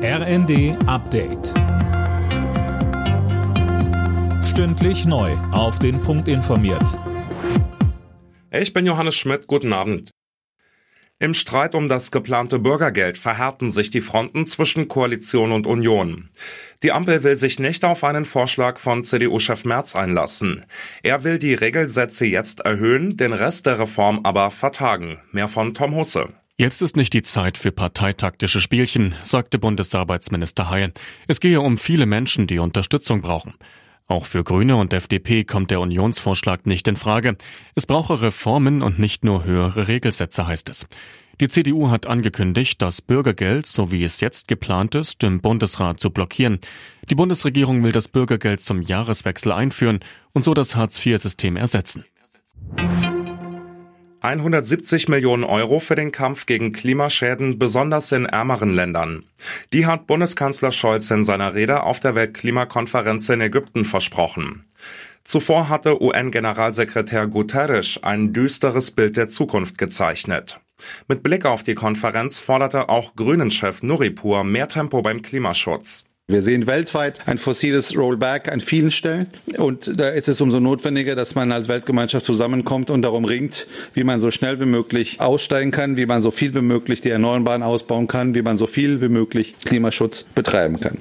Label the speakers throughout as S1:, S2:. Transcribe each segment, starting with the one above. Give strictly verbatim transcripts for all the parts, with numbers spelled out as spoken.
S1: R N D Update. Stündlich neu auf den Punkt informiert.
S2: Ich bin Johannes Schmidt, guten Abend. Im Streit um das geplante Bürgergeld verhärten sich die Fronten zwischen Koalition und Union. Die Ampel will sich nicht auf einen Vorschlag von C D U-Chef Merz einlassen. Er will die Regelsätze jetzt erhöhen, den Rest der Reform aber vertagen. Mehr von Tom Husse.
S3: Jetzt ist nicht die Zeit für parteitaktische Spielchen, sagte Bundesarbeitsminister Heil. Es gehe um viele Menschen, die Unterstützung brauchen. Auch für Grüne und F D P kommt der Unionsvorschlag nicht in Frage. Es brauche Reformen und nicht nur höhere Regelsätze, heißt es. Die C D U hat angekündigt, das Bürgergeld, so wie es jetzt geplant ist, im Bundesrat zu blockieren. Die Bundesregierung will das Bürgergeld zum Jahreswechsel einführen und so das Hartz vier System ersetzen.
S2: hundertsiebzig Millionen Euro für den Kampf gegen Klimaschäden, besonders in ärmeren Ländern. Die hat Bundeskanzler Scholz in seiner Rede auf der Weltklimakonferenz in Ägypten versprochen. Zuvor hatte U N-Generalsekretär Guterres ein düsteres Bild der Zukunft gezeichnet. Mit Blick auf die Konferenz forderte auch Grünen-Chef Nuripur mehr Tempo beim Klimaschutz.
S4: Wir sehen weltweit ein fossiles Rollback an vielen Stellen und da ist es umso notwendiger, dass man als Weltgemeinschaft zusammenkommt und darum ringt, wie man so schnell wie möglich aussteigen kann, wie man so viel wie möglich die Erneuerbaren ausbauen kann, wie man so viel wie möglich Klimaschutz betreiben kann.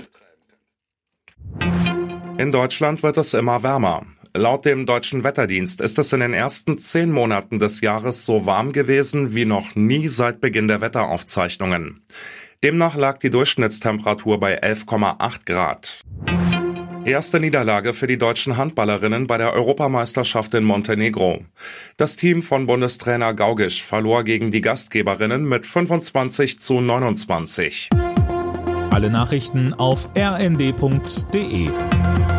S2: In Deutschland wird es immer wärmer. Laut dem Deutschen Wetterdienst ist es in den ersten zehn Monaten des Jahres so warm gewesen wie noch nie seit Beginn der Wetteraufzeichnungen. Demnach lag die Durchschnittstemperatur bei elf Komma acht Grad. Erste Niederlage für die deutschen Handballerinnen bei der Europameisterschaft in Montenegro. Das Team von Bundestrainer Gaugisch verlor gegen die Gastgeberinnen mit fünfundzwanzig zu neunundzwanzig.
S1: Alle Nachrichten auf r n d punkt d e.